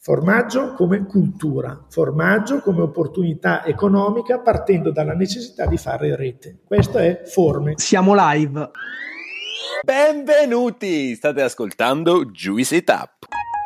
Formaggio come cultura, formaggio come opportunità economica partendo dalla necessità di fare rete. Questo è Forme. Siamo live. Benvenuti! State ascoltando Juice It Up.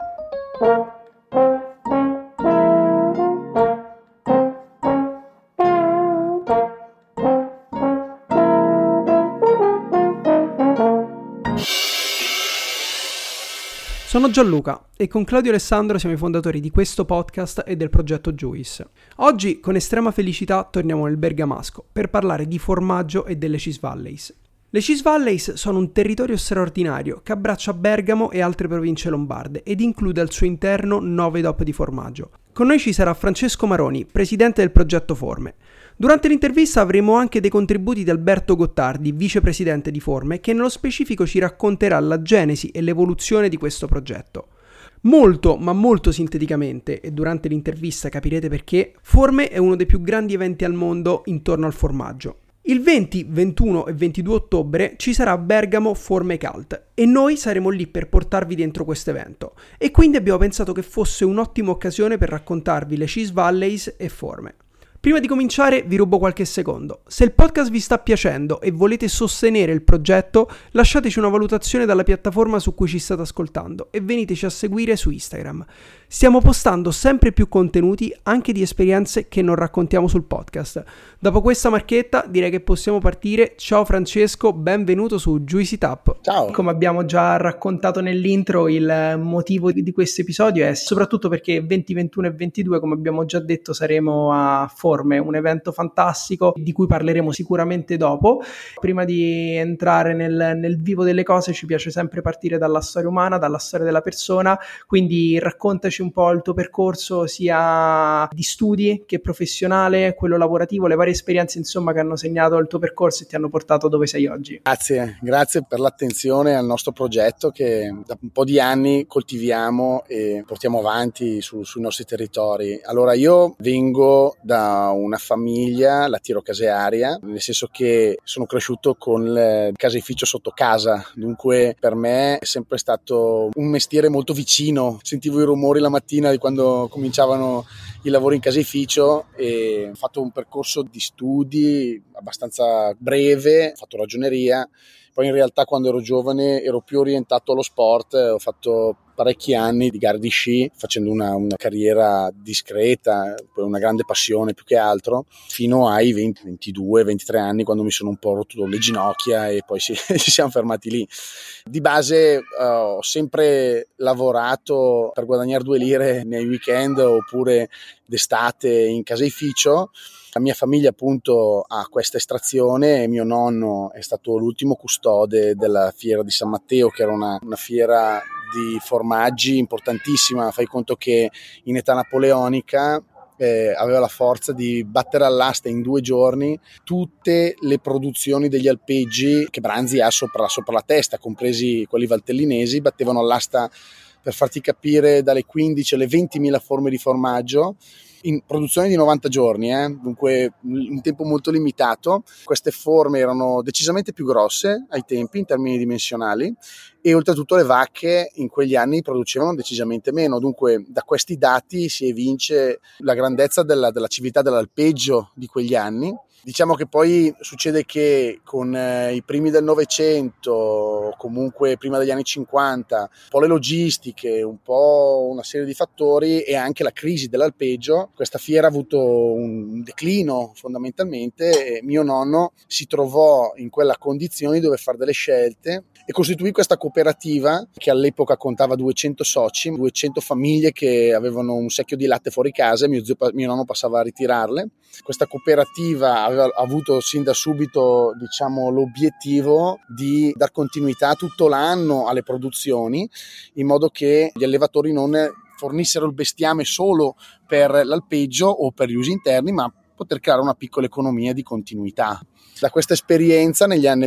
Sono Gianluca e con Claudio Alessandro siamo i fondatori di questo podcast e del progetto Juice. Oggi con estrema felicità torniamo nel Bergamasco per parlare di formaggio e delle Cheese Valleys. Le Cheese Valleys sono un territorio straordinario che abbraccia Bergamo e altre province lombarde ed include al suo interno 9 DOP di formaggio. Con noi ci sarà Francesco Maroni, presidente del progetto Forme. Durante l'intervista avremo anche dei contributi di Alberto Gottardi, vicepresidente di Forme, che nello specifico ci racconterà la genesi e l'evoluzione di questo progetto. Molto, ma molto sinteticamente, e durante l'intervista capirete perché, Forme è uno dei più grandi eventi al mondo intorno al formaggio. Il 20, 21 e 22 ottobre ci sarà Bergamo Forme Cult e noi saremo lì per portarvi dentro questo evento e quindi abbiamo pensato che fosse un'ottima occasione per raccontarvi le Cheese Valleys e Forme. Prima di cominciare vi rubo qualche secondo. Se il podcast vi sta piacendo e volete sostenere il progetto, lasciateci una valutazione dalla piattaforma su cui ci state ascoltando e veniteci a seguire su Instagram. Stiamo postando sempre più contenuti anche di esperienze che non raccontiamo sul podcast. Dopo questa marchetta direi che possiamo partire. Ciao Francesco, benvenuto su Juice It Up. Ciao. Come abbiamo già raccontato nell'intro, il motivo di questo episodio è soprattutto perché 20, 21 e 22, come abbiamo già detto, saremo a Forme, un evento fantastico di cui parleremo sicuramente dopo. Prima di entrare nel vivo delle cose ci piace sempre partire dalla storia umana, dalla storia della persona, quindi raccontaci un po' il tuo percorso sia di studi che professionale, quello lavorativo, le varie esperienze insomma che hanno segnato il tuo percorso e ti hanno portato dove sei oggi. Grazie per l'attenzione al nostro progetto che da un po' di anni coltiviamo e portiamo avanti sui nostri territori. Allora, io vengo da una famiglia latino-casearia, nel senso che sono cresciuto con il caseificio sotto casa, dunque per me è sempre stato un mestiere molto vicino. Sentivo i rumori la mattina di quando cominciavano i lavori in caseificio e ho fatto un percorso di studi abbastanza breve, ho fatto ragioneria. Poi in realtà quando ero giovane ero più orientato allo sport, ho fatto parecchi anni di gare di sci facendo una carriera discreta, poi una grande passione più che altro, fino ai 20, 22, 23 anni quando mi sono un po' rotto le ginocchia e poi ci siamo fermati lì. Di base ho sempre lavorato per guadagnare 2 lire nei weekend oppure d'estate in caseificio. La mia famiglia appunto ha questa estrazione e mio nonno è stato l'ultimo custode della fiera di San Matteo, che era una fiera di formaggi importantissima. Fai conto che in età napoleonica aveva la forza di battere all'asta in 2 giorni tutte le produzioni degli alpeggi che Branzi ha sopra la testa, compresi quelli valtellinesi. Battevano all'asta, per farti capire, dalle 15 alle 20.000 forme di formaggio in produzione di 90 giorni, dunque un tempo molto limitato. Queste forme erano decisamente più grosse ai tempi in termini dimensionali e oltretutto le vacche in quegli anni producevano decisamente meno, dunque da questi dati si evince la grandezza della civiltà dell'alpeggio di quegli anni. Diciamo che poi succede che con i primi del Novecento, comunque prima degli anni 50, un po' le logistiche, un po' una serie di fattori e anche la crisi dell'alpeggio, questa fiera ha avuto un declino fondamentalmente e mio nonno si trovò in quella condizione di dover fare delle scelte e costituì questa cooperativa che all'epoca contava 200 soci, 200 famiglie che avevano un secchio di latte fuori casa e mio nonno passava a ritirarle. Questa cooperativa aveva avuto sin da subito, diciamo, l'obiettivo di dar continuità tutto l'anno alle produzioni, in modo che gli allevatori non fornissero il bestiame solo per l'alpeggio o per gli usi interni, ma poter creare una piccola economia di continuità. Da questa esperienza negli anni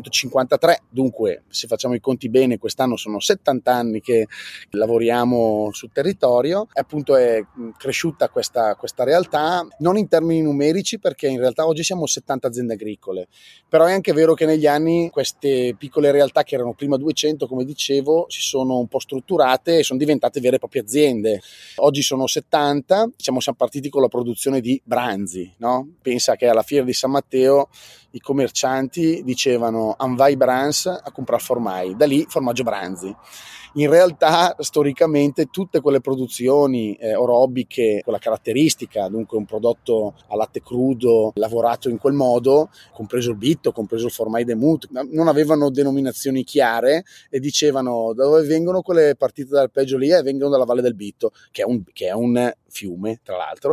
1953, dunque se facciamo i conti bene quest'anno sono 70 anni che lavoriamo sul territorio, appunto è cresciuta questa realtà, non in termini numerici perché in realtà oggi siamo 70 aziende agricole, però è anche vero che negli anni queste piccole realtà che erano prima 200 come dicevo si sono un po' strutturate e sono diventate vere e proprie aziende. Oggi sono 70, siamo partiti con la produzione di branzi, no? Pensa che alla fiera di San Matteo i commercianti dicevano "Anvai Brans a comprare formai", da lì formaggio Branzi. In realtà storicamente tutte quelle produzioni orobiche con la caratteristica, dunque un prodotto a latte crudo lavorato in quel modo, compreso il bitto, compreso il formai de mut, non avevano denominazioni chiare e dicevano da dove vengono quelle partite dal peggio lì, vengono dalla Valle del Bitto, che è un fiume tra l'altro.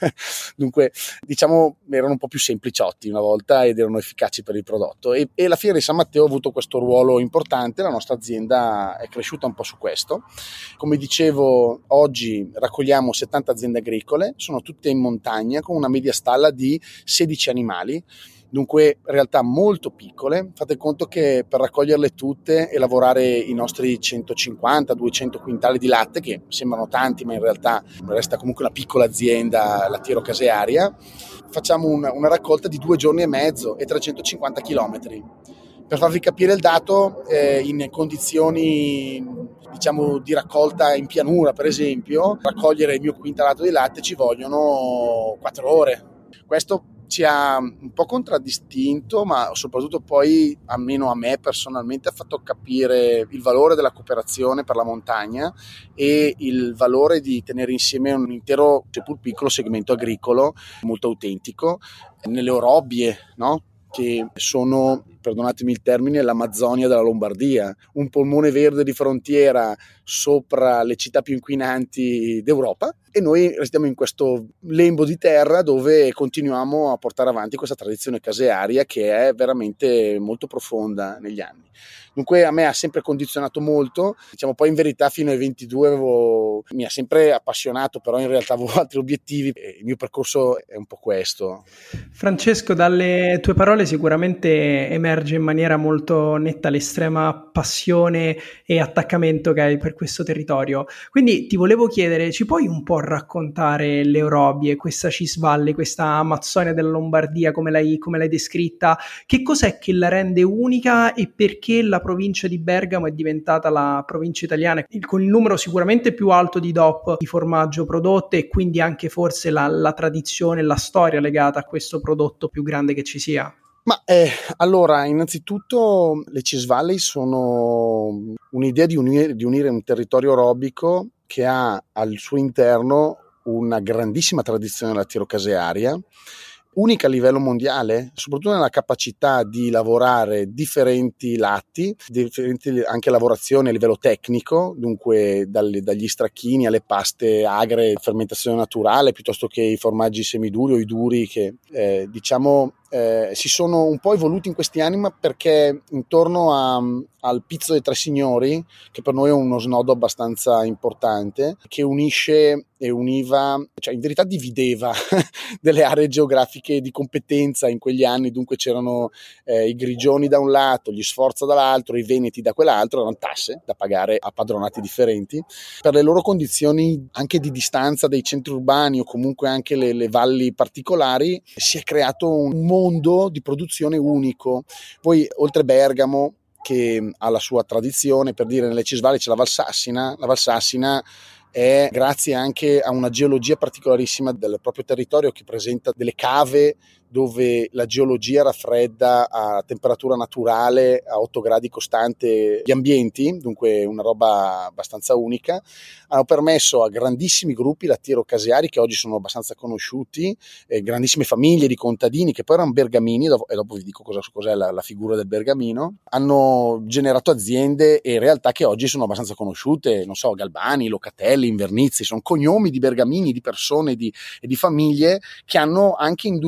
Dunque diciamo erano un po' più sempliciotti una volta ed erano efficaci per il prodotto e la fiera di San Matteo ha avuto questo ruolo importante. La nostra azienda è cresciuta un po' su questo. Come dicevo, oggi raccogliamo 70 aziende agricole, sono tutte in montagna con una media stalla di 16 animali, dunque realtà molto piccole. Fate conto che per raccoglierle tutte e lavorare i nostri 150-200 quintali di latte, che sembrano tanti ma in realtà resta comunque una piccola azienda lattiero-casearia, facciamo una raccolta di 2 giorni e mezzo e 350 chilometri. Per farvi capire il dato, in condizioni diciamo di raccolta in pianura per esempio, raccogliere il mio quintalato di latte ci vogliono 4 ore. Questo ci ha un po' contraddistinto, ma soprattutto poi, almeno a me personalmente, ha fatto capire il valore della cooperazione per la montagna e il valore di tenere insieme un intero, seppur piccolo, segmento agricolo molto autentico nelle orobbie, no? Che sono, perdonatemi il termine, l'Amazzonia della Lombardia, un polmone verde di frontiera sopra le città più inquinanti d'Europa, e noi restiamo in questo lembo di terra dove continuiamo a portare avanti questa tradizione casearia che è veramente molto profonda negli anni. Dunque a me ha sempre condizionato molto, diciamo poi in verità fino ai 22 mi ha sempre appassionato, però in realtà avevo altri obiettivi e il mio percorso è un po' questo. Francesco, dalle tue parole sicuramente emerge in maniera molto netta l'estrema passione e attaccamento che hai per questo territorio. Quindi ti volevo chiedere, ci puoi un po' raccontare le orobbie, questa Cisvalle, questa Amazzonia della Lombardia, come l'hai descritta? Che cos'è che la rende unica e perché la provincia di Bergamo è diventata la provincia italiana con il numero sicuramente più alto di DOP di formaggio prodotte e quindi anche forse la tradizione, la storia legata a questo prodotto più grande che ci sia? Ma allora, innanzitutto le Cisvalley sono un'idea di unire un territorio orobico che ha al suo interno una grandissima tradizione lattiero-casearia, unica a livello mondiale, soprattutto nella capacità di lavorare differenti latti, differenti anche lavorazioni a livello tecnico, dunque dagli stracchini alle paste agre, fermentazione naturale, piuttosto che i formaggi semiduri o i duri che si sono un po' evoluti in questi anni, ma perché intorno al Pizzo dei Tre Signori, che per noi è uno snodo abbastanza importante, che unisce e univa, cioè in verità divideva delle aree geografiche di competenza in quegli anni, dunque c'erano i Grigioni da un lato, gli Sforza dall'altro, i Veneti da quell'altro, erano tasse da pagare a padronati differenti. Per le loro condizioni anche di distanza dai centri urbani o comunque anche le valli particolari, si è creato un mondo di produzione unico. Poi oltre Bergamo, che ha la sua tradizione, per dire nelle Cisvalle c'è la Val Sassina è grazie anche a una geologia particolarissima del proprio territorio che presenta delle cave dove la geologia raffredda a temperatura naturale a 8 gradi costante gli ambienti, dunque una roba abbastanza unica. Hanno permesso a grandissimi gruppi lattiero-caseari che oggi sono abbastanza conosciuti, grandissime famiglie di contadini che poi erano bergamini, e dopo vi dico cos'è la figura del bergamino, hanno generato aziende e realtà che oggi sono abbastanza conosciute, non so, Galbani, Locatelli, Invernizzi, sono cognomi di bergamini, di persone e di famiglie che hanno anche industrializzato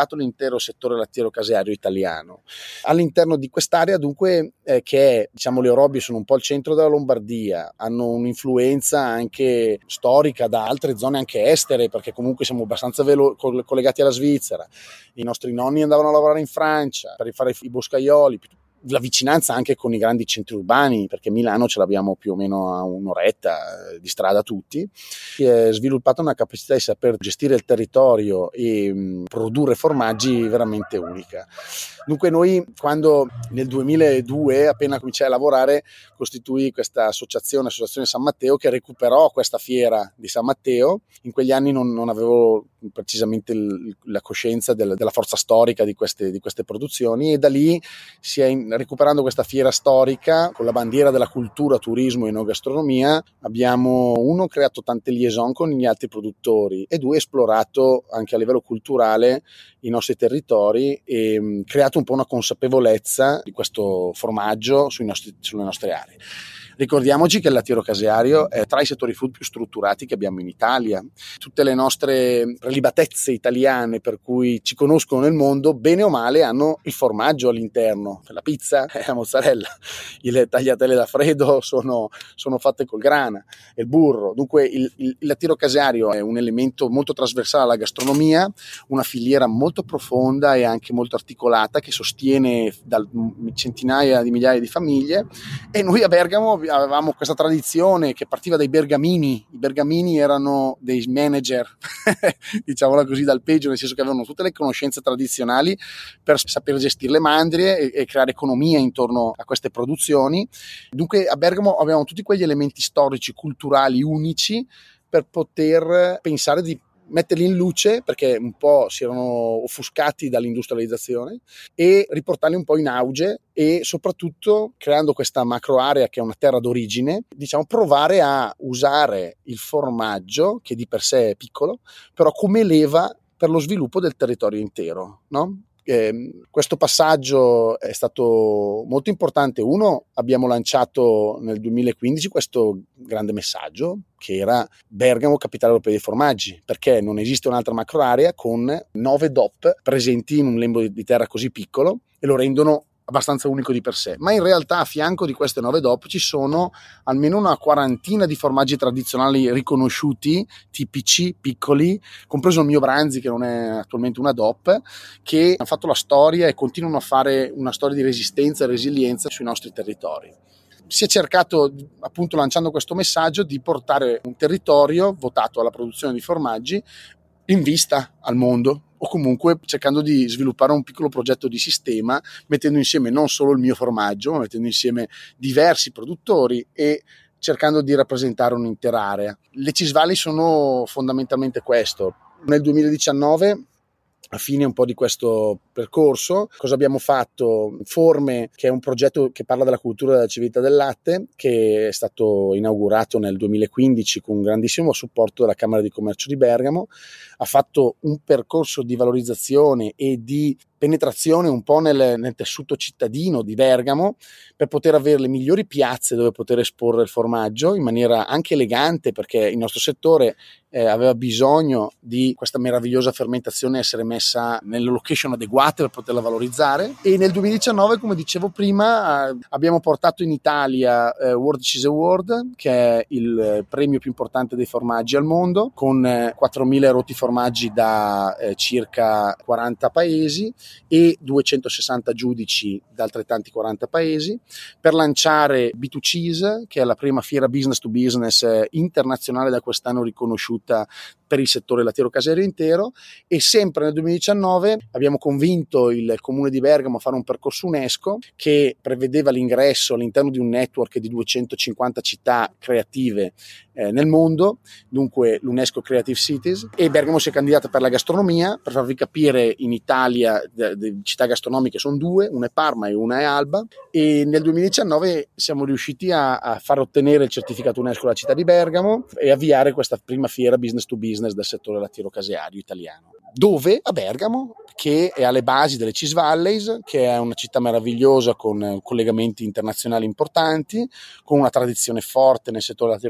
valorizzato l'intero settore lattiero-caseario italiano. All'interno di quest'area dunque che è, diciamo, le Orobbie sono un po' il centro della Lombardia, hanno un'influenza anche storica da altre zone anche estere, perché comunque siamo abbastanza collegati alla Svizzera. I nostri nonni andavano a lavorare in Francia per fare i boscaioli, la vicinanza anche con i grandi centri urbani, perché Milano ce l'abbiamo più o meno a un'oretta di strada tutti. Si è sviluppata una capacità di saper gestire il territorio e produrre formaggi veramente unica. Dunque noi, quando nel 2002, appena cominciai a lavorare, costituì questa associazione San Matteo, che recuperò questa fiera di San Matteo. In quegli anni non avevo precisamente la coscienza della forza storica di queste produzioni, e da lì recuperando questa fiera storica con la bandiera della cultura, turismo e enogastronomia, abbiamo creato tante liaison con gli altri produttori e esplorato anche a livello culturale i nostri territori e creato un po' una consapevolezza di questo formaggio sulle nostre aree. Ricordiamoci che il lattiero-caseario è tra i settori food più strutturati che abbiamo in Italia. Tutte le nostre prelibatezze italiane per cui ci conoscono nel mondo, bene o male, hanno il formaggio all'interno. La pizza è la mozzarella, le tagliatelle da freddo sono fatte col grana, il burro. Dunque il lattiero-caseario è un elemento molto trasversale alla gastronomia, una filiera molto profonda e anche molto articolata che sostiene centinaia di migliaia di famiglie, e noi a Bergamo avevamo questa tradizione che partiva dai bergamini. I bergamini erano dei manager, diciamola così, dal peggio, nel senso che avevano tutte le conoscenze tradizionali per saper gestire le mandrie e creare economia intorno a queste produzioni. Dunque a Bergamo avevamo tutti quegli elementi storici, culturali unici per poter pensare di metterli in luce, perché un po' si erano offuscati dall'industrializzazione, e riportarli un po' in auge, e soprattutto creando questa macro area che è una terra d'origine, diciamo, provare a usare il formaggio, che di per sé è piccolo, però come leva per lo sviluppo del territorio intero, no? Questo passaggio è stato molto importante. Abbiamo lanciato nel 2015 questo grande messaggio che era Bergamo capitale europea dei formaggi, perché non esiste un'altra macro area con 9 DOP presenti in un lembo di terra così piccolo, e lo rendono abbastanza unico di per sé. Ma in realtà a fianco di queste 9 DOP ci sono almeno una quarantina di formaggi tradizionali riconosciuti, tipici, piccoli, compreso il mio Branzi, che non è attualmente una DOP, che hanno fatto la storia e continuano a fare una storia di resistenza e resilienza sui nostri territori. Si è cercato, appunto, lanciando questo messaggio, di portare un territorio votato alla produzione di formaggi in vista al mondo, o comunque cercando di sviluppare un piccolo progetto di sistema, mettendo insieme non solo il mio formaggio, ma mettendo insieme diversi produttori e cercando di rappresentare un'intera area. Le Cisvalli sono fondamentalmente questo. Nel 2019, a fine un po' di questo percorso, cosa abbiamo fatto? Forme, che è un progetto che parla della cultura della civiltà del latte, che è stato inaugurato nel 2015 con un grandissimo supporto della Camera di Commercio di Bergamo. Ha fatto un percorso di valorizzazione e di penetrazione un po' nel tessuto cittadino di Bergamo, per poter avere le migliori piazze dove poter esporre il formaggio in maniera anche elegante, perché il nostro settore aveva bisogno di questa meravigliosa fermentazione essere messa nelle location adeguate per poterla valorizzare. E nel 2019, come dicevo prima, abbiamo portato in Italia World Cheese Award, che è il premio più importante dei formaggi al mondo, con 4.000 rotti formaggi da circa 40 paesi e 260 giudici da altrettanti 40 paesi, per lanciare B2 Cheese, che è la prima fiera business to business internazionale da quest'anno riconosciuta per il settore lattiero-caseario intero. E sempre nel 2019 abbiamo convinto il comune di Bergamo a fare un percorso UNESCO che prevedeva l'ingresso all'interno di un network di 250 città creative nel mondo, dunque l'UNESCO Creative Cities, e Bergamo si è candidata per la gastronomia. Per farvi capire, in Italia le città gastronomiche sono 2, una è Parma e una è Alba, e nel 2019 siamo riusciti a far ottenere il certificato UNESCO alla città di Bergamo e avviare questa prima fiera business to business del settore lattiero-caseario italiano. Dove? A Bergamo, che è alle basi delle Cheese Valleys, che è una città meravigliosa con collegamenti internazionali importanti, con una tradizione forte nel settore lattiero-caseario,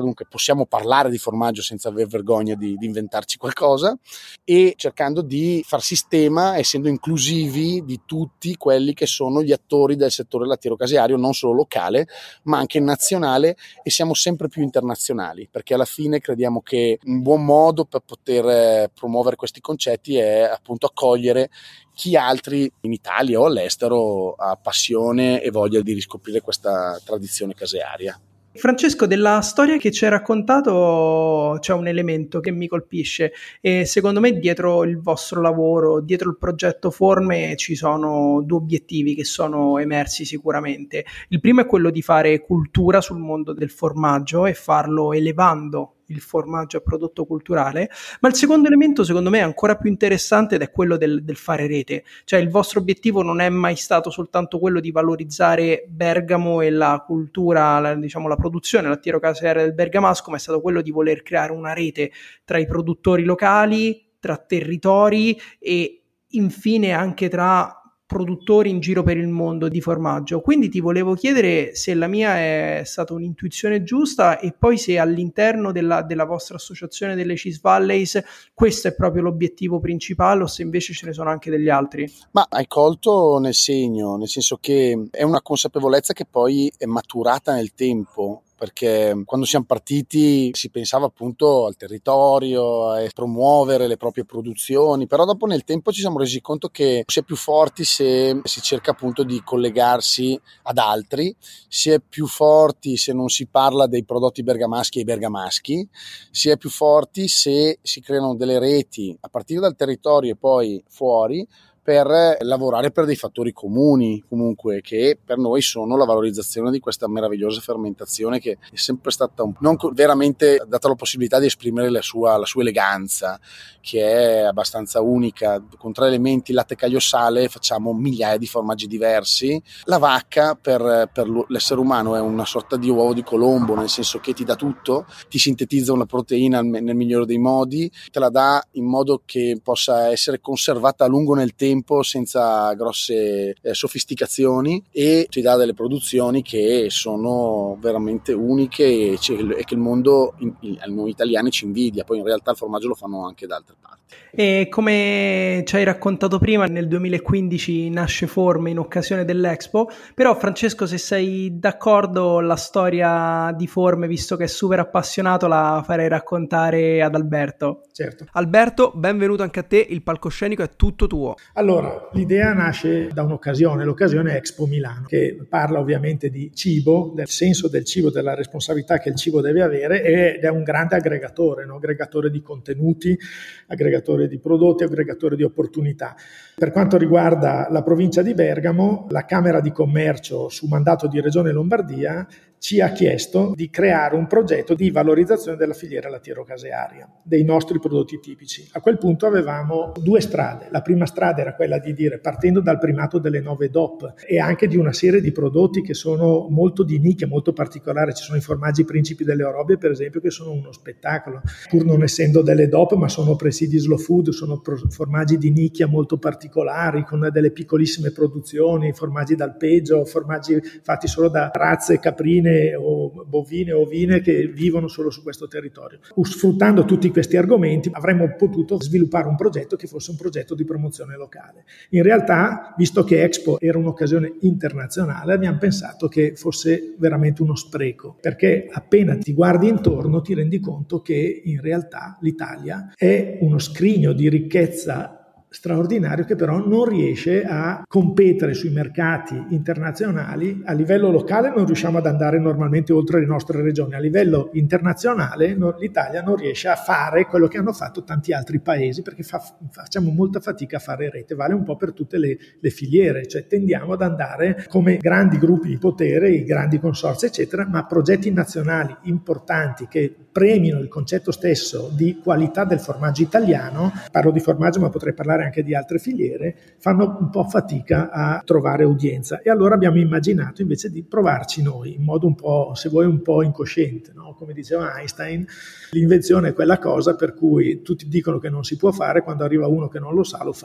comunque possiamo parlare di formaggio senza aver vergogna di inventarci qualcosa, e cercando di far sistema, essendo inclusivi di tutti quelli che sono gli attori del settore lattiero-caseario, non solo locale ma anche nazionale, e siamo sempre più internazionali, perché alla fine crediamo che un buon modo per poter promuovere questi concetti è appunto accogliere chi altri in Italia o all'estero ha passione e voglia di riscoprire questa tradizione casearia. Francesco, della storia che ci hai raccontato c'è un elemento che mi colpisce e secondo me dietro il vostro lavoro, dietro il progetto Forme, ci sono due obiettivi che sono emersi sicuramente. Il primo è quello di fare cultura sul mondo del formaggio e farlo elevando il formaggio a prodotto culturale, ma il secondo elemento secondo me è ancora più interessante ed è quello del fare rete. Cioè il vostro obiettivo non è mai stato soltanto quello di valorizzare Bergamo e la cultura, la produzione lattiero-casearia del bergamasco, ma è stato quello di voler creare una rete tra i produttori locali, tra territori e infine anche tra produttori in giro per il mondo di formaggio. Quindi ti volevo chiedere se la mia è stata un'intuizione giusta e poi se all'interno della vostra associazione delle Cheese Valleys questo è proprio l'obiettivo principale o se invece ce ne sono anche degli altri. Ma hai colto nel segno, nel senso che è una consapevolezza che poi è maturata nel tempo, perché quando siamo partiti si pensava appunto al territorio, a promuovere le proprie produzioni, però dopo nel tempo ci siamo resi conto che si è più forti se si cerca appunto di collegarsi ad altri, si è più forti se non si parla dei prodotti bergamaschi ai bergamaschi, si è più forti se si creano delle reti a partire dal territorio e poi fuori, per lavorare per dei fattori comuni comunque, che per noi sono la valorizzazione di questa meravigliosa fermentazione che è sempre stata non veramente data la possibilità di esprimere la sua eleganza, che è abbastanza unica. Con 3 elementi, latte, caglio, sale, facciamo migliaia di formaggi diversi. La vacca per l'essere umano è una sorta di uovo di Colombo, nel senso che ti dà tutto, ti sintetizza una proteina nel migliore dei modi, te la dà in modo che possa essere conservata a lungo nel tempo senza grosse sofisticazioni, e ti dà delle produzioni che sono veramente uniche e che il mondo, noi italiani, ci invidia. Poi in realtà il formaggio lo fanno anche da altre parti. E come ci hai raccontato prima, nel 2015 nasce Forme in occasione dell'Expo, però Francesco, se sei d'accordo, la storia di Forme, visto che è super appassionato, la farei raccontare ad Alberto. Certo. Alberto, benvenuto anche a te, il palcoscenico è tutto tuo. Allora, l'idea nasce da un'occasione, l'occasione Expo Milano, che parla ovviamente di cibo, del senso del cibo, della responsabilità che il cibo deve avere, ed è un grande aggregatore, no? Aggregatore di contenuti, aggregatore di prodotti, aggregatore di opportunità. Per quanto riguarda la provincia di Bergamo, la Camera di Commercio, su mandato di Regione Lombardia, ci ha chiesto di creare un progetto di valorizzazione della filiera lattiero-casearia, dei nostri prodotti tipici. A quel punto avevamo 2 strade. La prima strada era quella di dire, partendo dal primato delle 9 DOP e anche di una serie di prodotti che sono molto di nicchia, molto particolari. Ci sono i formaggi principi delle Orobie, per esempio, che sono uno spettacolo, pur non essendo delle DOP, ma sono presidi slow food, sono formaggi di nicchia molto particolari, con delle piccolissime produzioni, formaggi d'alpeggio, formaggi fatti solo da razze caprine o bovine o ovine che vivono solo su questo territorio. Sfruttando tutti questi argomenti avremmo potuto sviluppare un progetto che fosse un progetto di promozione locale. In realtà, visto che Expo era un'occasione internazionale, abbiamo pensato che fosse veramente uno spreco, perché appena ti guardi intorno ti rendi conto che in realtà l'Italia è uno scrigno di ricchezza straordinario che però non riesce a competere sui mercati internazionali. A livello locale non riusciamo ad andare normalmente oltre le nostre regioni, a livello internazionale l'Italia non riesce a fare quello che hanno fatto tanti altri paesi, perché facciamo molta fatica a fare rete. Vale un po' per tutte le filiere, cioè tendiamo ad andare come grandi gruppi di potere, i grandi consorzi eccetera, ma progetti nazionali importanti che premino il concetto stesso di qualità del formaggio italiano, parlo di formaggio ma potrei parlare anche di altre filiere, fanno un po' fatica a trovare udienza. E allora abbiamo immaginato invece di provarci noi, in modo un po', se vuoi, un po' incosciente, no? Come diceva Einstein, l'invenzione è quella cosa per cui tutti dicono che non si può fare, quando arriva uno che non lo sa, lo fa.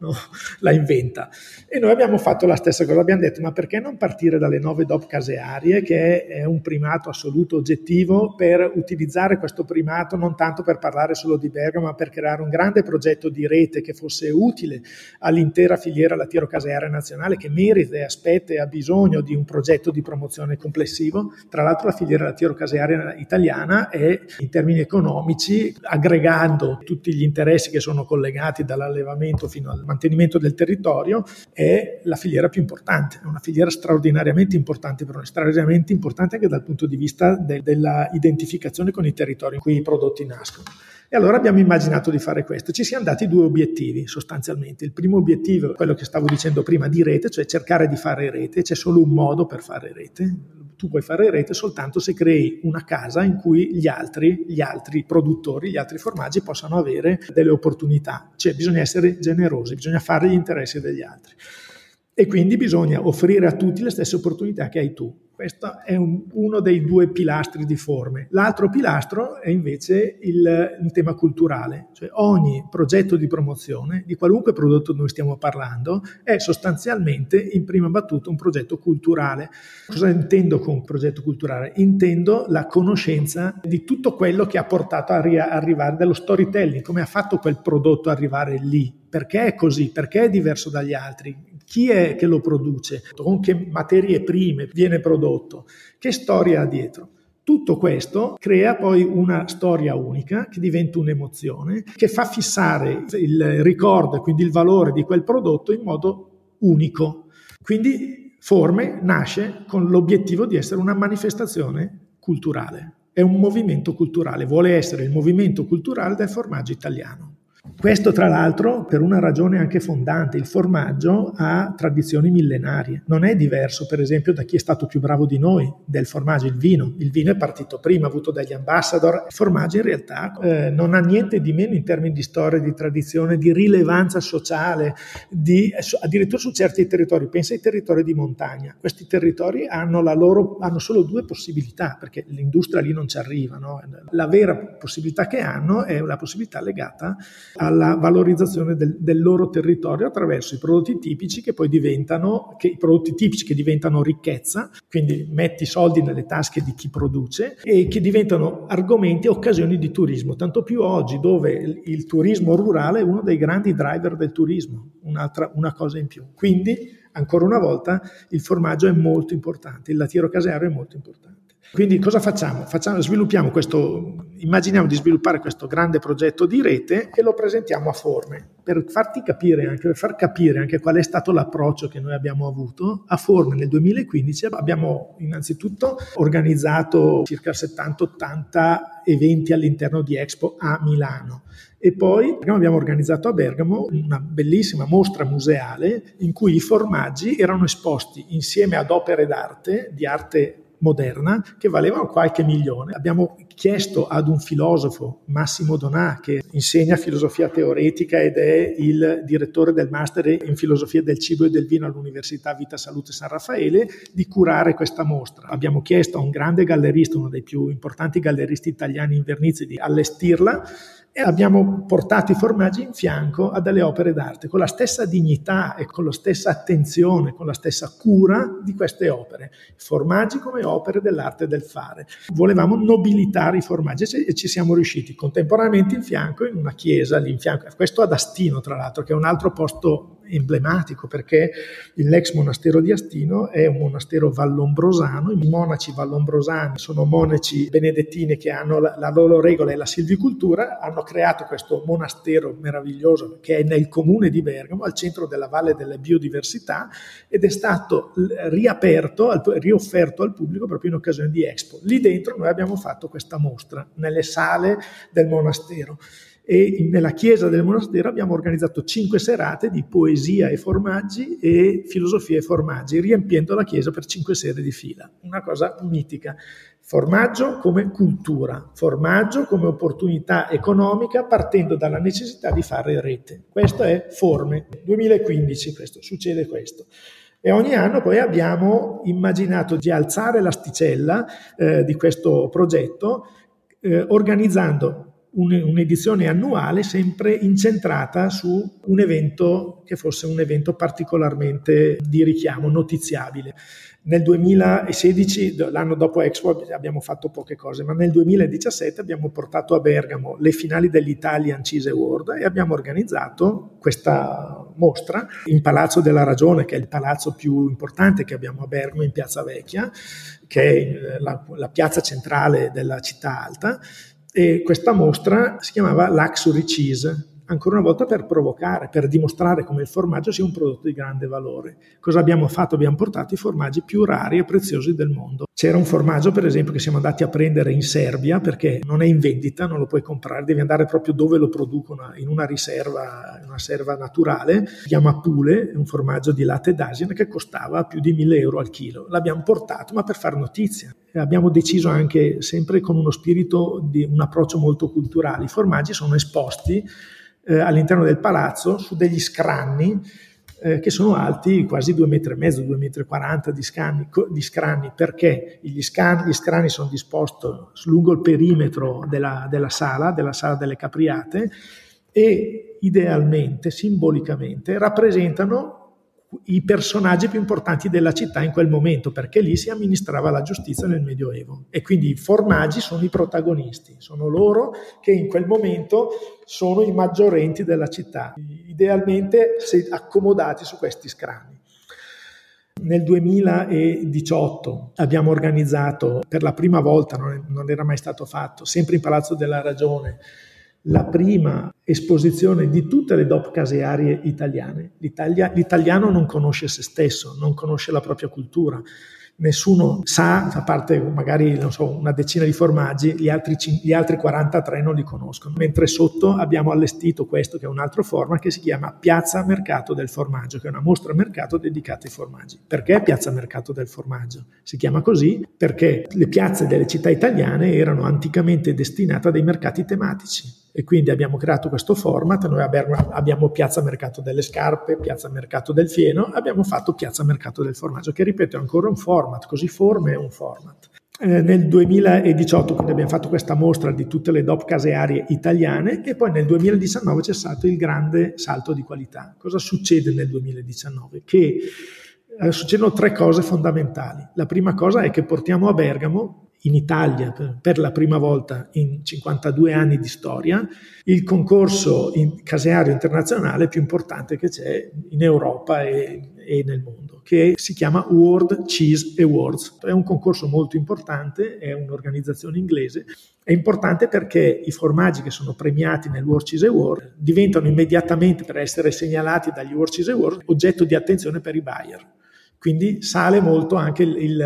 no? La inventa. E noi abbiamo fatto la stessa cosa, abbiamo detto ma perché non partire dalle 9 DOP casearie, che è un primato assoluto oggettivo, per utilizzare questo primato non tanto per parlare solo di Bergamo, ma per creare un grande progetto di rete che fosse utile all'intera filiera lattiero-casearia nazionale, che merita e aspetta e ha bisogno di un progetto di promozione complessivo. Tra l'altro la filiera lattiero-casearia italiana è, in termini economici, aggregando tutti gli interessi che sono collegati dall'allevamento fino al mantenimento del territorio, è la filiera più importante, è una filiera straordinariamente importante per noi, straordinariamente importante anche dal punto di vista della identificazione con i territori in cui i prodotti nascono. E allora abbiamo immaginato di fare questo. Ci siamo dati 2 obiettivi sostanzialmente. Il primo obiettivo è quello che stavo dicendo prima, di rete, cioè cercare di fare rete. C'è solo un modo per fare rete. Tu puoi fare rete soltanto se crei una casa in cui gli altri produttori, gli altri formaggi possano avere delle opportunità. Cioè bisogna essere generosi, bisogna fare gli interessi degli altri. E quindi bisogna offrire a tutti le stesse opportunità che hai tu. Questo è uno dei 2 pilastri di Forme. L'altro pilastro è invece il tema culturale, cioè ogni progetto di promozione di qualunque prodotto noi stiamo parlando è sostanzialmente in prima battuta un progetto culturale. Cosa intendo con progetto culturale? Intendo la conoscenza di tutto quello che ha portato a arrivare, dello storytelling, come ha fatto quel prodotto arrivare lì, perché è così, perché è diverso dagli altri. Chi è che lo produce? Con che materie prime viene prodotto? Che storia ha dietro? Tutto questo crea poi una storia unica che diventa un'emozione, che fa fissare il ricordo e quindi il valore di quel prodotto in modo unico. Quindi Forme nasce con l'obiettivo di essere una manifestazione culturale. È un movimento culturale, vuole essere il movimento culturale del formaggio italiano. Questo tra l'altro per una ragione anche fondante: il formaggio ha tradizioni millenarie, non è diverso per esempio da chi è stato più bravo di noi del formaggio, il vino è partito prima, ha avuto degli ambassador. Il formaggio in realtà non ha niente di meno in termini di storia, di tradizione, di rilevanza sociale, addirittura su certi territori, pensa ai territori di montagna. Questi territori hanno solo 2 possibilità, perché l'industria lì non ci arriva, no? La vera possibilità che hanno è la possibilità legata alla valorizzazione del loro territorio attraverso i prodotti tipici che diventano ricchezza, quindi metti soldi nelle tasche di chi produce, e che diventano argomenti e occasioni di turismo, tanto più oggi dove il turismo rurale è uno dei grandi driver del turismo, una cosa in più. Quindi ancora una volta il formaggio è molto importante, il lattiero caseario è molto importante. Quindi cosa facciamo? Immaginiamo di sviluppare questo grande progetto di rete e lo presentiamo a Forme. Per far capire anche qual è stato l'approccio che noi abbiamo avuto, a Forme nel 2015 abbiamo innanzitutto organizzato circa 70-80 eventi all'interno di Expo a Milano. E poi abbiamo organizzato a Bergamo una bellissima mostra museale in cui i formaggi erano esposti insieme ad opere d'arte, di arte moderna, che valevano qualche milione. Abbiamo chiesto ad un filosofo, Massimo Donà, che insegna filosofia teoretica ed è il direttore del master in filosofia del cibo e del vino all'Università Vita Salute San Raffaele, di curare questa mostra. Abbiamo chiesto a un grande gallerista, uno dei più importanti galleristi italiani in Vernizzi, di allestirla, e abbiamo portato i formaggi in fianco a delle opere d'arte con la stessa dignità e con la stessa attenzione, con la stessa cura di queste opere. Formaggi come opere dell'arte del fare. Volevamo nobilitare i formaggi e ci siamo riusciti. Contemporaneamente in fianco, in una chiesa lì in fianco, questo ad Astino tra l'altro, che è un altro posto emblematico, perché l'ex monastero di Astino è un monastero vallombrosano. I monaci vallombrosani sono monaci benedettini che hanno la loro regola è la silvicoltura, hanno creato questo monastero meraviglioso che è nel comune di Bergamo, al centro della Valle delle Biodiversità, ed è stato riofferto al pubblico proprio in occasione di Expo. Lì dentro noi abbiamo fatto questa mostra nelle sale del monastero. E nella chiesa del monastero abbiamo organizzato 5 serate di poesia e formaggi e filosofia e formaggi, riempiendo la chiesa per 5 sere di fila. Una cosa mitica. Formaggio come cultura, formaggio come opportunità economica partendo dalla necessità di fare rete. Questo è Forme. 2015 succede questo. E ogni anno poi abbiamo immaginato di alzare l'asticella di questo progetto organizzando un'edizione annuale sempre incentrata su un evento che fosse un evento particolarmente di richiamo, notiziabile. Nel 2016, l'anno dopo Expo, abbiamo fatto poche cose, ma nel 2017 abbiamo portato a Bergamo le finali dell'Italian Cheese Award e abbiamo organizzato questa mostra in Palazzo della Ragione, che è il palazzo più importante che abbiamo a Bergamo, in Piazza Vecchia, che è la piazza centrale della città alta, e questa mostra si chiamava Luxury Cheese, ancora una volta per provocare, per dimostrare come il formaggio sia un prodotto di grande valore. Cosa abbiamo fatto? Abbiamo portato i formaggi più rari e preziosi del mondo. C'era un formaggio, per esempio, che siamo andati a prendere in Serbia, perché non è in vendita, non lo puoi comprare, devi andare proprio dove lo producono, in una serva naturale. Si chiama Pule, è un formaggio di latte d'Asien che costava più di 1.000 euro al chilo. L'abbiamo portato, ma per far notizia. E abbiamo deciso anche, sempre con uno spirito di un approccio molto culturale, i formaggi sono esposti all'interno del palazzo su degli scranni che sono alti quasi 2,5 metri, 2,40 metri di scranni, perché gli scranni sono disposti lungo il perimetro della sala delle capriate, e idealmente, simbolicamente, rappresentano i personaggi più importanti della città in quel momento, perché lì si amministrava la giustizia nel Medioevo, e quindi i formaggi sono i protagonisti, sono loro che in quel momento sono i maggiorenti della città, idealmente accomodati su questi scranni. Nel 2018 abbiamo organizzato per la prima volta, non era mai stato fatto, sempre in Palazzo della Ragione, la prima esposizione di tutte le DOP casearie italiane. L'italiano non conosce se stesso, non conosce la propria cultura. Nessuno sa, a parte magari una decina di formaggi, gli altri 43 non li conoscono. Mentre sotto abbiamo allestito questo, che è un altro format, che si chiama Piazza Mercato del Formaggio, che è una mostra mercato dedicata ai formaggi. Perché Piazza Mercato del Formaggio? Si chiama così perché le piazze delle città italiane erano anticamente destinate a dei mercati tematici. E quindi abbiamo creato questo format. Noi abbiamo Piazza Mercato delle Scarpe, Piazza Mercato del Fieno, abbiamo fatto Piazza Mercato del Formaggio, che ripeto è ancora un format, così forme è un format. Nel 2018 quindi abbiamo fatto questa mostra di tutte le DOP casearie italiane, e poi nel 2019 c'è stato il grande salto di qualità. Cosa succede nel 2019? Che succedono 3 cose fondamentali. La prima cosa è che portiamo a Bergamo, in Italia, per la prima volta in 52 anni di storia, il concorso caseario internazionale più importante che c'è in Europa e nel mondo, che si chiama World Cheese Awards. È un concorso molto importante, è un'organizzazione inglese. È importante perché i formaggi che sono premiati nel World Cheese Award diventano immediatamente, per essere segnalati dagli World Cheese Awards, oggetto di attenzione per i buyer. Quindi sale molto anche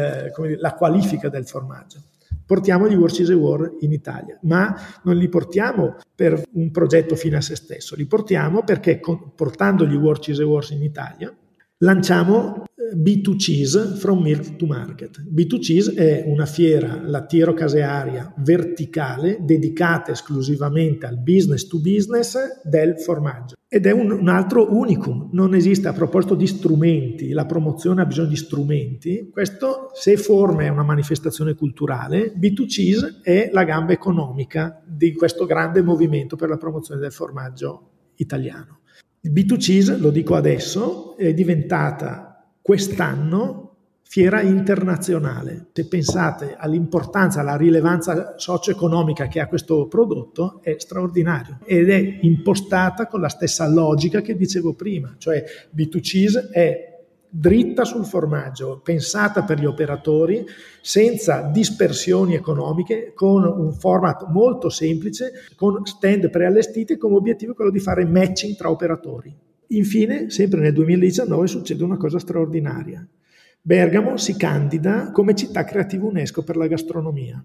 la qualifica del formaggio. Portiamo gli World Cheese Award in Italia, ma non li portiamo per un progetto fine a se stesso, li portiamo perché portando gli World Cheese Awards in Italia lanciamo B2 Cheese from Milk to Market. B2 Cheese è una fiera lattiero-casearia verticale dedicata esclusivamente al business to business del formaggio. Ed è un altro unicum, non esiste. A proposito di strumenti, la promozione ha bisogno di strumenti. Questo, se forma è una manifestazione culturale, B2 Cheese è la gamba economica di questo grande movimento per la promozione del formaggio italiano. Il B2 Cheese, lo dico adesso, è diventata quest'anno fiera internazionale. Se pensate all'importanza, alla rilevanza socio-economica che ha questo prodotto, è straordinario, ed è impostata con la stessa logica che dicevo prima, cioè B2 Cheese è dritta sul formaggio, pensata per gli operatori, senza dispersioni economiche, con un format molto semplice, con stand preallestiti, come obiettivo quello di fare matching tra operatori. Infine, sempre nel 2019 succede una cosa straordinaria. Bergamo si candida come città creativa UNESCO per la gastronomia,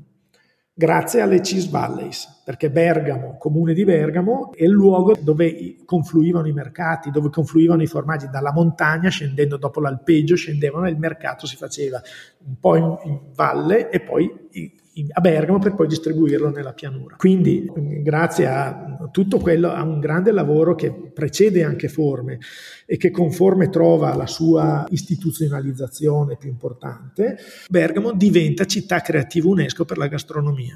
grazie alle Cheese Valleys, perché Bergamo, comune di Bergamo, è il luogo dove confluivano i mercati, dove confluivano i formaggi. Dalla montagna, scendendo dopo l'alpeggio, scendevano e il mercato si faceva un po' in valle e poi a Bergamo per poi distribuirlo nella pianura. Quindi grazie a tutto quello, a un grande lavoro che precede anche Forme e che con Forme trova la sua istituzionalizzazione più importante, Bergamo diventa città creativa UNESCO per la gastronomia.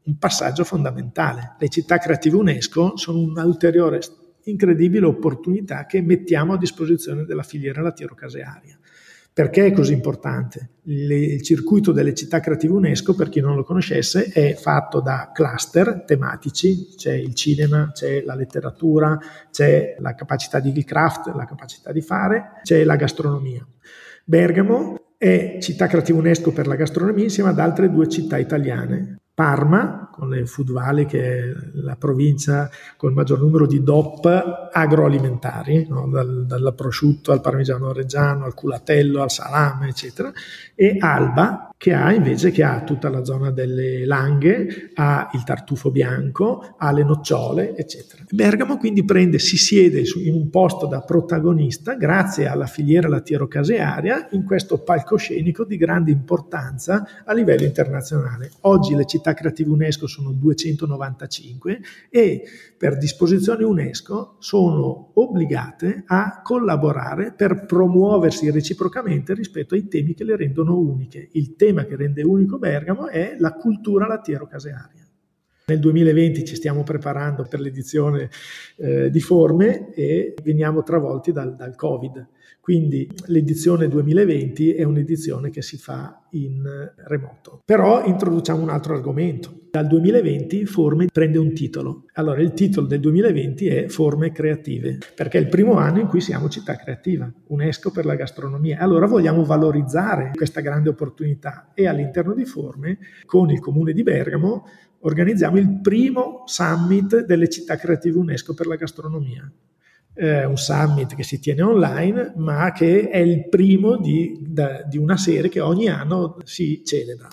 un passaggio fondamentale. Le città creative UNESCO sono un'ulteriore incredibile opportunità che mettiamo a disposizione della filiera lattiero-casearia. Perché è così importante? Il circuito delle città creative UNESCO, per chi non lo conoscesse, è fatto da cluster tematici, c'è il cinema, c'è la letteratura, c'è la capacità di craft, la capacità di fare, c'è la gastronomia. Bergamo è città creativa UNESCO per la gastronomia insieme ad altre 2 città italiane. Parma, con le Food Valley, che è la provincia con il maggior numero di DOP agroalimentari, no? Dal prosciutto al parmigiano reggiano, al culatello, al salame, eccetera, e Alba, che ha tutta la zona delle Langhe, ha il tartufo bianco, ha le nocciole, eccetera. Bergamo quindi si siede in un posto da protagonista grazie alla filiera lattiero-casearia in questo palcoscenico di grande importanza a livello internazionale. Oggi le città creative UNESCO sono 295 e per disposizione UNESCO sono obbligate a collaborare per promuoversi reciprocamente rispetto ai temi che le rendono uniche. Il tema che rende unico Bergamo è la cultura lattiero-casearia. Nel 2020 ci stiamo preparando per l'edizione di Forme e veniamo travolti dal Covid. Quindi l'edizione 2020 è un'edizione che si fa in remoto. Però introduciamo un altro argomento. Dal 2020 Forme prende un titolo. Allora il titolo del 2020 è Forme Creative, perché è il primo anno in cui siamo città creativa, UNESCO per la gastronomia. Allora vogliamo valorizzare questa grande opportunità e all'interno di Forme, con il Comune di Bergamo, organizziamo il primo summit delle città creative UNESCO per la gastronomia. Un summit che si tiene online, ma che è il primo di una serie che ogni anno si celebra.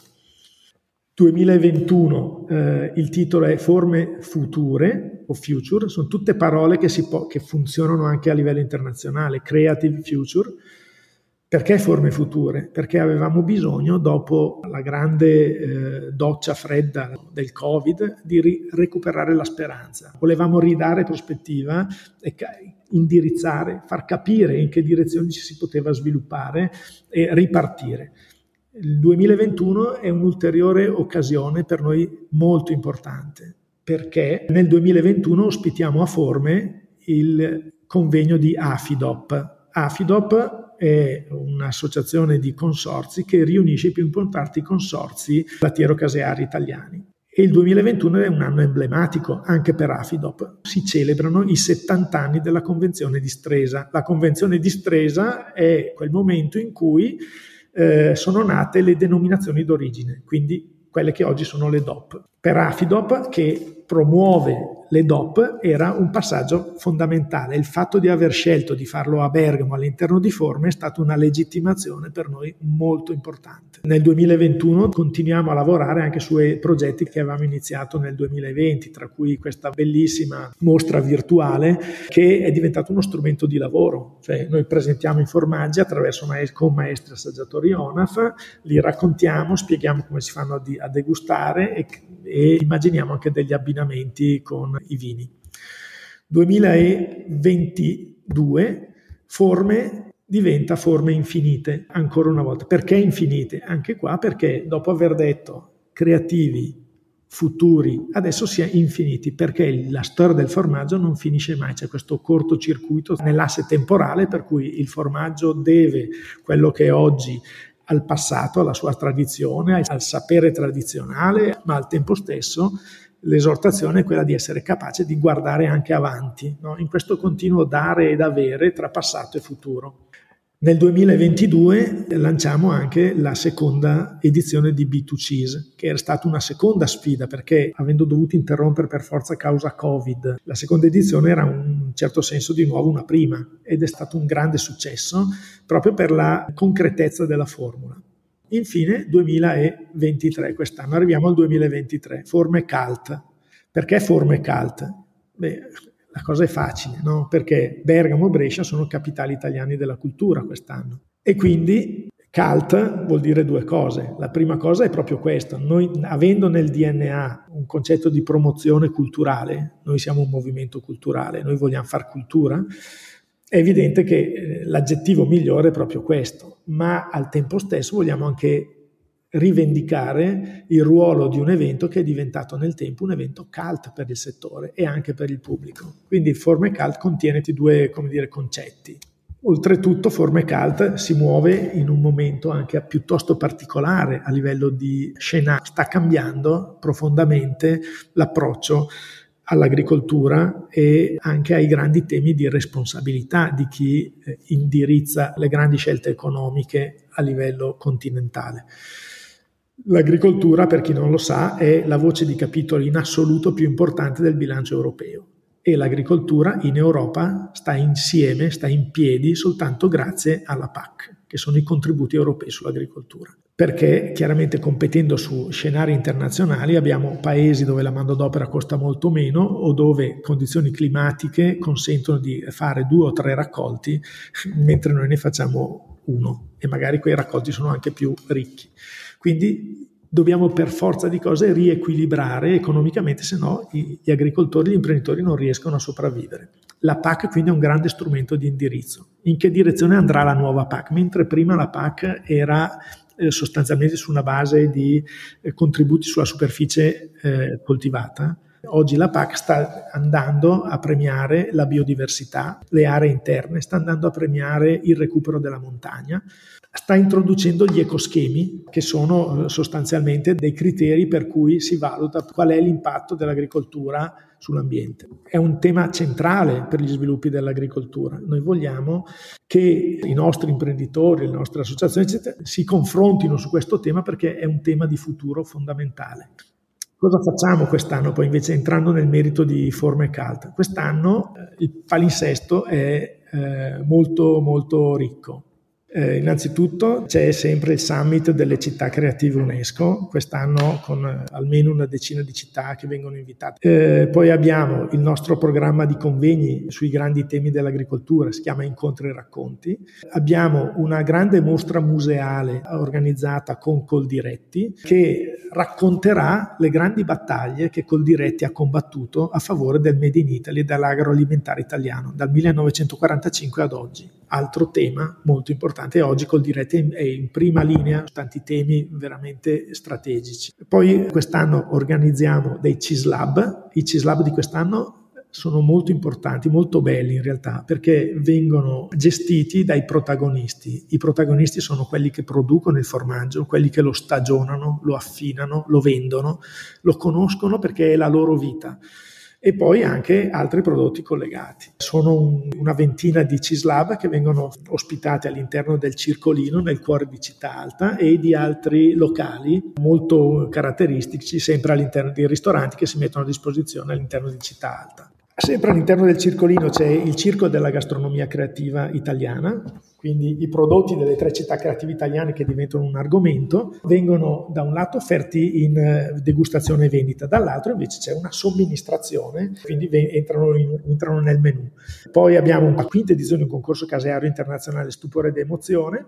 2021, il titolo è Forme Future o Future, sono tutte parole che funzionano anche a livello internazionale, Creative Future. Perché forme future? Perché avevamo bisogno, dopo la grande doccia fredda del Covid, di recuperare la speranza. Volevamo ridare prospettiva e indirizzare, far capire in che direzione ci si poteva sviluppare e ripartire. Il 2021 è un'ulteriore occasione per noi molto importante, perché nel 2021 ospitiamo a Forme il convegno di AFIDOP. AFIDOP è un'associazione di consorzi che riunisce i più importanti consorzi lattiero-caseari italiani. E il 2021 è un anno emblematico anche per AFIDOP. Si celebrano i 70 anni della Convenzione di Stresa. La Convenzione di Stresa è quel momento in cui sono nate le denominazioni d'origine, quindi quelle che oggi sono le DOP. Per AFIDOP, che promuove le DOP, era un passaggio fondamentale. Il fatto di aver scelto di farlo a Bergamo all'interno di Forme è stata una legittimazione per noi molto importante. Nel 2021 continuiamo a lavorare anche sui progetti che avevamo iniziato nel 2020, tra cui questa bellissima mostra virtuale che è diventato uno strumento di lavoro. Cioè noi presentiamo i formaggi attraverso con maestri assaggiatori ONAF, li raccontiamo, spieghiamo come si fanno a degustare e immaginiamo anche degli abbinamenti con i vini. 2022 Forme diventa Forme Infinite ancora una volta. Perché infinite? Anche qua perché dopo aver detto creativi, futuri, adesso si è infiniti, perché la storia del formaggio non finisce mai, c'è questo cortocircuito nell'asse temporale per cui il formaggio deve quello che è oggi al passato, alla sua tradizione, al sapere tradizionale, ma al tempo stesso l'esortazione è quella di essere capace di guardare anche avanti, no? In questo continuo dare ed avere tra passato e futuro. Nel 2022 lanciamo anche la seconda edizione di B2Cs, che era stata una seconda sfida perché, avendo dovuto interrompere per forza causa Covid, la seconda edizione era in un certo senso di nuovo una prima ed è stato un grande successo proprio per la concretezza della formula. Infine 2023, quest'anno arriviamo al 2023, Forme Cult. Perché Forme Cult? La cosa è facile, no? Perché Bergamo e Brescia sono capitali italiani della cultura quest'anno. E quindi cult vuol dire due cose. La prima cosa è proprio questo. Noi, avendo nel DNA un concetto di promozione culturale, noi siamo un movimento culturale, noi vogliamo far cultura, è evidente che l'aggettivo migliore è proprio questo. Ma al tempo stesso vogliamo anche rivendicare il ruolo di un evento che è diventato nel tempo un evento cult per il settore e anche per il pubblico. Quindi il Forme Cult contiene due, concetti. Oltretutto Forme Cult si muove in un momento anche piuttosto particolare a livello di scena, sta cambiando profondamente l'approccio all'agricoltura e anche ai grandi temi di responsabilità di chi indirizza le grandi scelte economiche a livello continentale. L'agricoltura, per chi non lo sa, è la voce di capitolo in assoluto più importante del bilancio europeo e l'agricoltura in Europa sta in piedi soltanto grazie alla PAC, che sono i contributi europei sull'agricoltura. Perché chiaramente competendo su scenari internazionali abbiamo paesi dove la manodopera costa molto meno o dove condizioni climatiche consentono di fare 2 o 3 raccolti mentre noi ne facciamo 1 e magari quei raccolti sono anche più ricchi. Quindi dobbiamo per forza di cose riequilibrare economicamente, se no gli agricoltori, gli imprenditori non riescono a sopravvivere. La PAC quindi è un grande strumento di indirizzo. In che direzione andrà la nuova PAC? Mentre prima la PAC era sostanzialmente su una base di contributi sulla superficie coltivata, oggi la PAC sta andando a premiare la biodiversità, le aree interne, sta andando a premiare il recupero della montagna, sta introducendo gli ecoschemi, che sono sostanzialmente dei criteri per cui si valuta qual è l'impatto dell'agricoltura sull'ambiente. È un tema centrale per gli sviluppi dell'agricoltura. Noi vogliamo che i nostri imprenditori, le nostre associazioni, eccetera, si confrontino su questo tema perché è un tema di futuro fondamentale. Cosa facciamo quest'anno? Poi invece entrando nel merito di Forme Cult. Quest'anno il palinsesto è molto molto ricco. Innanzitutto c'è sempre il summit delle città creative UNESCO, quest'anno con almeno una decina di città che vengono invitate. Poi abbiamo il nostro programma di convegni sui grandi temi dell'agricoltura, si chiama Incontri e Racconti. Abbiamo una grande mostra museale organizzata con Coldiretti che racconterà le grandi battaglie che Coldiretti ha combattuto a favore del Made in Italy e dell'agroalimentare italiano dal 1945 ad oggi. Altro tema molto importante, oggi Coldiretti è in prima linea su tanti temi veramente strategici. Poi quest'anno organizziamo dei CISLab. I CISLab di quest'anno sono molto importanti, molto belli in realtà, perché vengono gestiti dai protagonisti. I protagonisti sono quelli che producono il formaggio, quelli che lo stagionano, lo affinano, lo vendono, lo conoscono perché è la loro vita. E poi anche altri prodotti collegati. Sono una ventina di CISLab che vengono ospitati all'interno del Circolino, nel cuore di Città Alta, e di altri locali molto caratteristici, sempre all'interno dei ristoranti che si mettono a disposizione all'interno di Città Alta. Sempre all'interno del Circolino c'è il Circo della gastronomia creativa italiana, quindi i prodotti delle 3 città creative italiane che diventano un argomento vengono da un lato offerti in degustazione e vendita, dall'altro invece c'è una somministrazione, quindi entrano nel menù. Poi abbiamo una quinta edizione di un concorso caseario internazionale Stupore ed Emozione.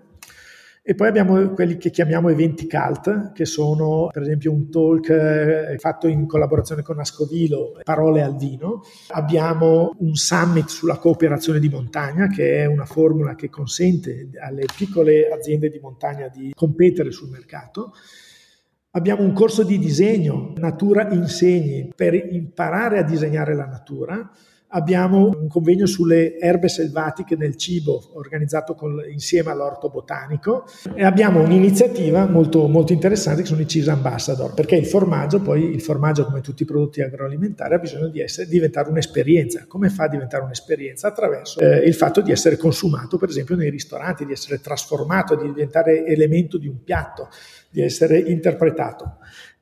E poi abbiamo quelli che chiamiamo eventi cult, che sono per esempio un talk fatto in collaborazione con Ascovilo, Parole al vino. Abbiamo un summit sulla cooperazione di montagna, che è una formula che consente alle piccole aziende di montagna di competere sul mercato. Abbiamo un corso di disegno, Natura Insegni, per imparare a disegnare la natura. Abbiamo un convegno sulle erbe selvatiche nel cibo organizzato insieme all'Orto Botanico e abbiamo un'iniziativa molto, molto interessante che sono i Cheese Ambassador, perché il formaggio come tutti i prodotti agroalimentari ha bisogno di diventare un'esperienza. Come fa a diventare un'esperienza? Attraverso il fatto di essere consumato per esempio nei ristoranti, di essere trasformato, di diventare elemento di un piatto, di essere interpretato.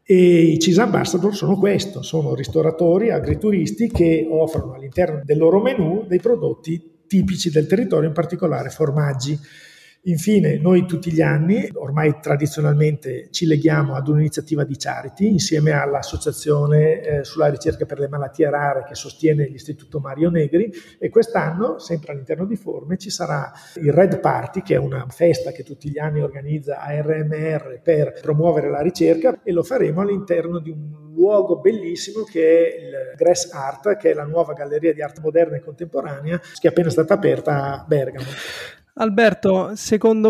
E i Cheese Ambassador sono questo, sono ristoratori, agrituristi che offrono all'interno del loro menù dei prodotti tipici del territorio, in particolare formaggi. Infine, noi tutti gli anni, ormai tradizionalmente, ci leghiamo ad un'iniziativa di charity insieme all'Associazione sulla ricerca per le malattie rare che sostiene l'Istituto Mario Negri, e quest'anno, sempre all'interno di Forme, ci sarà il Red Party, che è una festa che tutti gli anni organizza ARMR per promuovere la ricerca, e lo faremo all'interno di un luogo bellissimo che è il Grass Art, che è la nuova galleria di arte moderna e contemporanea che è appena stata aperta a Bergamo. Alberto, secondo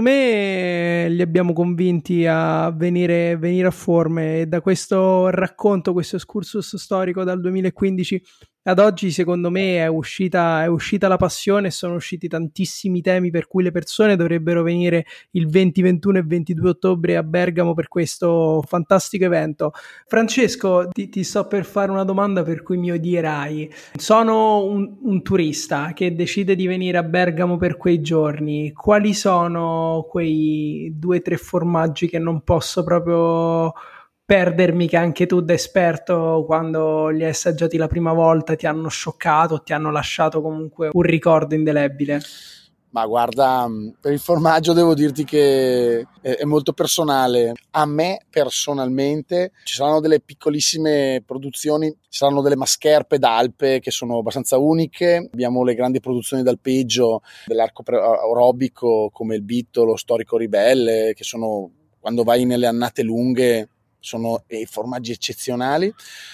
me li abbiamo convinti a venire a Forme, e da questo racconto, questo excursus storico dal 2015 ad oggi, secondo me è uscita la passione e sono usciti tantissimi temi per cui le persone dovrebbero venire il 20, 21 e 22 ottobre a Bergamo per questo fantastico evento. Francesco, ti sto per fare una domanda per cui mi odierai. Sono un turista che decide di venire a Bergamo per quei giorni. Quali sono quei 2 o 3 formaggi che non posso proprio perdermi, che anche tu da esperto, quando li hai assaggiati la prima volta, ti hanno scioccato, ti hanno lasciato comunque un ricordo indelebile? Ma guarda, per il formaggio devo dirti che è molto personale. A me personalmente ci saranno delle piccolissime produzioni, ci saranno delle mascherpe d'Alpe che sono abbastanza uniche. Abbiamo le grandi produzioni d'alpeggio dell'arco orobico come il Bitto, lo Storico Ribelle, che sono, quando vai nelle annate lunghe, sono formaggi eccezionali.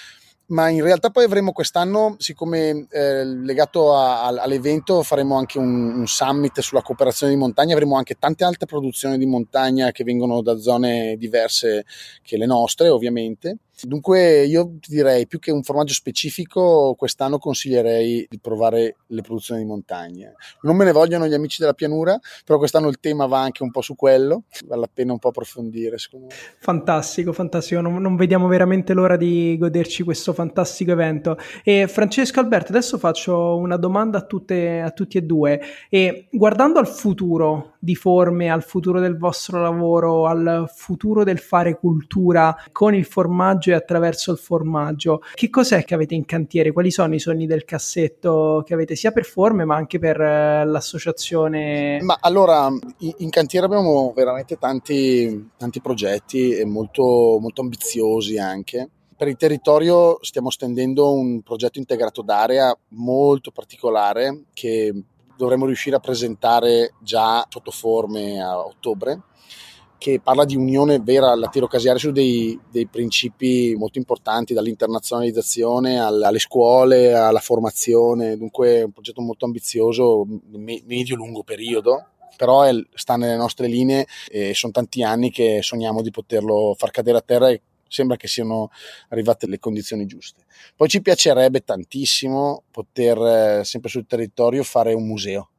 Ma in realtà poi avremo quest'anno, siccome legato all'evento, faremo anche un summit sulla cooperazione di montagna, avremo anche tante altre produzioni di montagna che vengono da zone diverse che le nostre, ovviamente. Dunque io ti direi, più che un formaggio specifico, quest'anno consiglierei di provare le produzioni di montagna. Non me ne vogliono gli amici della pianura, però quest'anno il tema va anche un po' su quello, vale la pena un po' approfondire, secondo me. Fantastico, non vediamo veramente l'ora di goderci questo fantastico evento. E Francesco, Alberto, adesso faccio una domanda a tutti e due, e guardando al futuro di Forme, al futuro del vostro lavoro, al futuro del fare cultura con il formaggio e attraverso il formaggio, che cos'è che avete in cantiere? Quali sono i sogni del cassetto che avete sia per Forme ma anche per l'associazione? Ma allora, in cantiere abbiamo veramente tanti progetti e molto, molto ambiziosi anche. Per il territorio stiamo stendendo un progetto integrato d'area molto particolare che dovremo riuscire a presentare già sotto Forme a ottobre, che parla di unione vera lattiero-casearia su dei principi molto importanti, dall'internazionalizzazione alle scuole, alla formazione. Dunque è un progetto molto ambizioso, medio-lungo periodo, però sta nelle nostre linee e sono tanti anni che sogniamo di poterlo far cadere a terra e sembra che siano arrivate le condizioni giuste. Poi ci piacerebbe tantissimo poter, sempre sul territorio, fare un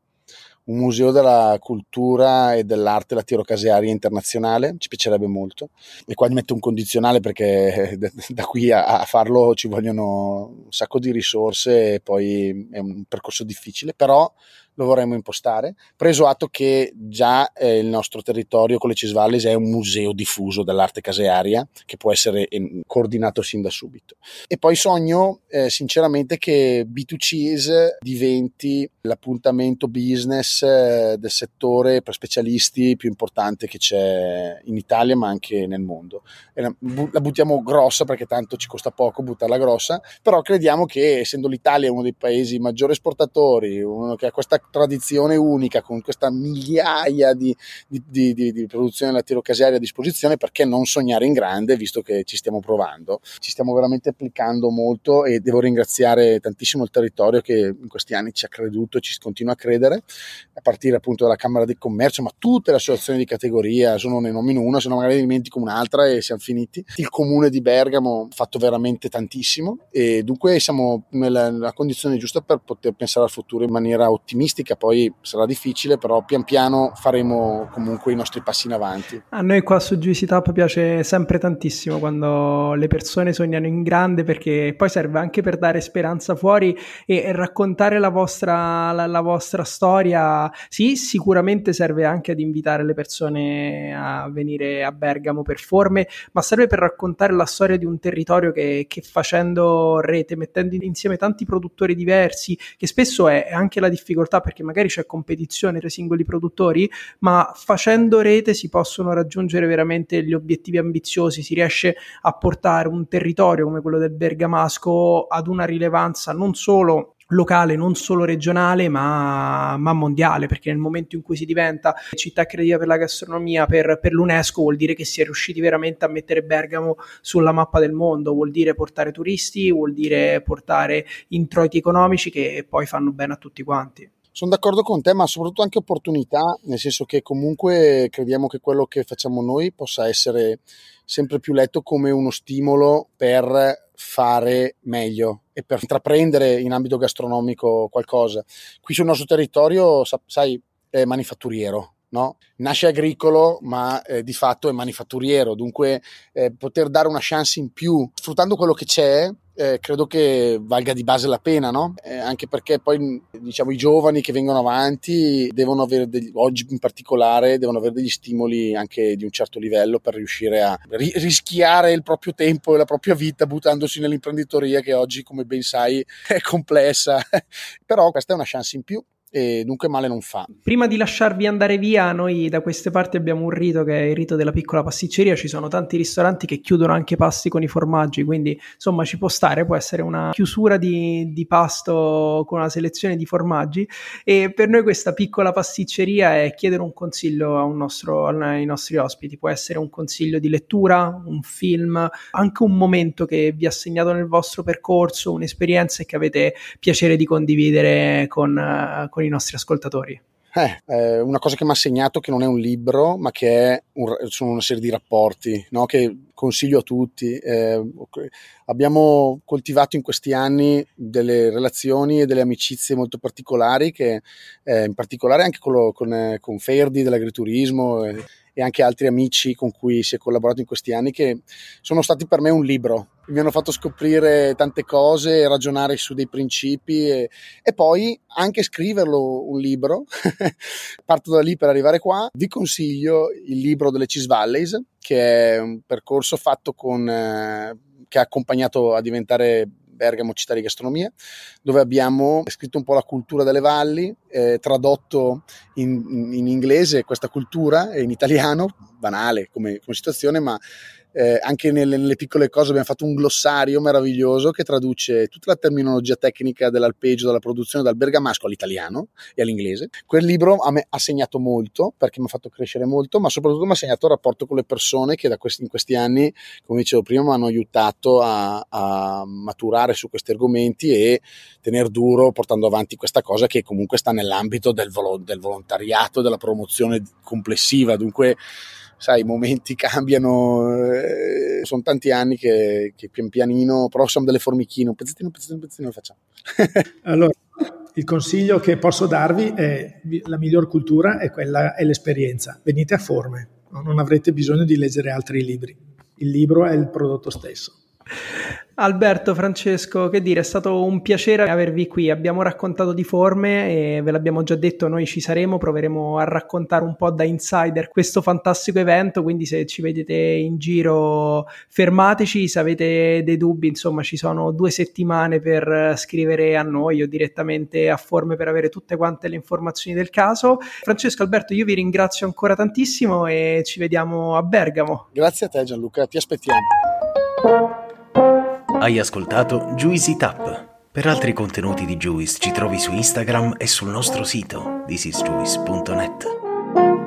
museo della cultura e dell'arte lattiero-casearia internazionale, ci piacerebbe molto. E qua metto un condizionale perché da qui a farlo ci vogliono un sacco di risorse e poi è un percorso difficile, però lo vorremmo impostare, preso atto che già il nostro territorio con le Cisvalleys è un museo diffuso dell'arte casearia che può essere coordinato sin da subito. E poi sogno sinceramente che B2Cs diventi l'appuntamento business del settore per specialisti più importante che c'è in Italia ma anche nel mondo. E la buttiamo grossa perché tanto ci costa poco buttarla grossa, però crediamo che, essendo l'Italia uno dei paesi maggiori esportatori, uno che ha questa tradizione unica con questa migliaia di produzione lattiero-casearia a disposizione, perché non sognare in grande, visto che ci stiamo provando, ci stiamo veramente applicando molto, e devo ringraziare tantissimo il territorio che in questi anni ci ha creduto e ci continua a credere, a partire appunto dalla Camera di Commercio, ma tutte le associazioni di categoria, se non ne nomino una, se no magari dimentico un'altra e siamo finiti. Il comune di Bergamo ha fatto veramente tantissimo e dunque siamo nella condizione giusta per poter pensare al futuro in maniera ottimistica. Poi sarà difficile, però pian piano faremo comunque i nostri passi in avanti. A noi qua su Juicy Tap piace sempre tantissimo quando le persone sognano in grande, perché poi serve anche per dare speranza fuori e raccontare la vostra storia. Sì, sicuramente serve anche ad invitare le persone a venire a Bergamo per Forme, ma serve per raccontare la storia di un territorio che facendo rete, mettendo insieme tanti produttori diversi, che spesso è anche la difficoltà perché magari c'è competizione tra i singoli produttori, ma facendo rete si possono raggiungere veramente gli obiettivi ambiziosi, si riesce a portare un territorio come quello del Bergamasco ad una rilevanza non solo locale, non solo regionale, ma mondiale, perché nel momento in cui si diventa città accreditata per la gastronomia per l'UNESCO vuol dire che si è riusciti veramente a mettere Bergamo sulla mappa del mondo, vuol dire portare turisti, vuol dire portare introiti economici che poi fanno bene a tutti quanti. Sono d'accordo con te, ma soprattutto anche opportunità, nel senso che comunque crediamo che quello che facciamo noi possa essere sempre più letto come uno stimolo per fare meglio e per intraprendere in ambito gastronomico qualcosa. Qui sul nostro territorio, sai, è manifatturiero, no? Nasce agricolo, ma di fatto è manifatturiero, dunque poter dare una chance in più sfruttando quello che c'è, credo che valga di base la pena, no? Anche perché poi, diciamo, i giovani che vengono avanti devono avere oggi in particolare devono avere degli stimoli anche di un certo livello per riuscire a rischiare il proprio tempo e la propria vita buttandosi nell'imprenditoria, che oggi, come ben sai, è complessa. Però questa è una chance in più e dunque male non fa. Prima di lasciarvi andare via, noi da queste parti abbiamo un rito che è il rito della piccola pasticceria. Ci sono tanti ristoranti che chiudono anche pasti con i formaggi, quindi insomma ci può stare, può essere una chiusura di pasto con una selezione di formaggi, e per noi questa piccola pasticceria è chiedere un consiglio ai nostri ospiti. Può essere un consiglio di lettura, un film, anche un momento che vi ha segnato nel vostro percorso, un'esperienza che avete piacere di condividere con i nostri ascoltatori. Una cosa che mi ha segnato, che non è un libro, ma che è sono una serie di rapporti, no? Che consiglio a tutti. Abbiamo coltivato in questi anni delle relazioni e delle amicizie molto particolari, che in particolare anche con Ferdi dell'agriturismo e anche altri amici con cui si è collaborato in questi anni, che sono stati per me un libro. Mi hanno fatto scoprire tante cose, ragionare su dei principi e poi anche scriverlo un libro. Parto da lì per arrivare qua. Vi consiglio il libro delle Cheese Valleys, che è un percorso fatto che ha accompagnato a diventare Bergamo città di gastronomia, dove abbiamo scritto un po' la cultura delle valli, tradotto in inglese questa cultura e in italiano, banale come situazione, ma anche nelle piccole cose abbiamo fatto un glossario meraviglioso che traduce tutta la terminologia tecnica dell'alpeggio, della produzione, dal bergamasco all'italiano e all'inglese. Quel libro a me ha segnato molto, perché mi ha fatto crescere molto, ma soprattutto mi ha segnato il rapporto con le persone che in questi anni, come dicevo prima, mi hanno aiutato a maturare su questi argomenti e tener duro portando avanti questa cosa che comunque sta nell'ambito del volontariato, della promozione complessiva. Dunque, sai, i momenti cambiano, sono tanti anni che pian pianino, però siamo delle formichine, un pezzettino lo facciamo. Allora, il consiglio che posso darvi è: la miglior cultura è l'esperienza. Venite a Forme, non avrete bisogno di leggere altri libri. Il libro è il prodotto stesso. Alberto, Francesco, che dire, è stato un piacere avervi qui. Abbiamo raccontato di Forme e ve l'abbiamo già detto, noi ci saremo, proveremo a raccontare un po' da insider questo fantastico evento, quindi se ci vedete in giro fermateci, se avete dei dubbi, insomma ci sono 2 settimane per scrivere a noi o direttamente a Forme per avere tutte quante le informazioni del caso. Francesco, Alberto, io vi ringrazio ancora tantissimo e ci vediamo a Bergamo. Grazie a te Gianluca, ti aspettiamo. Hai ascoltato Juicy Tap. Per altri contenuti di Juice ci trovi su Instagram e sul nostro sito thisisjuice.net.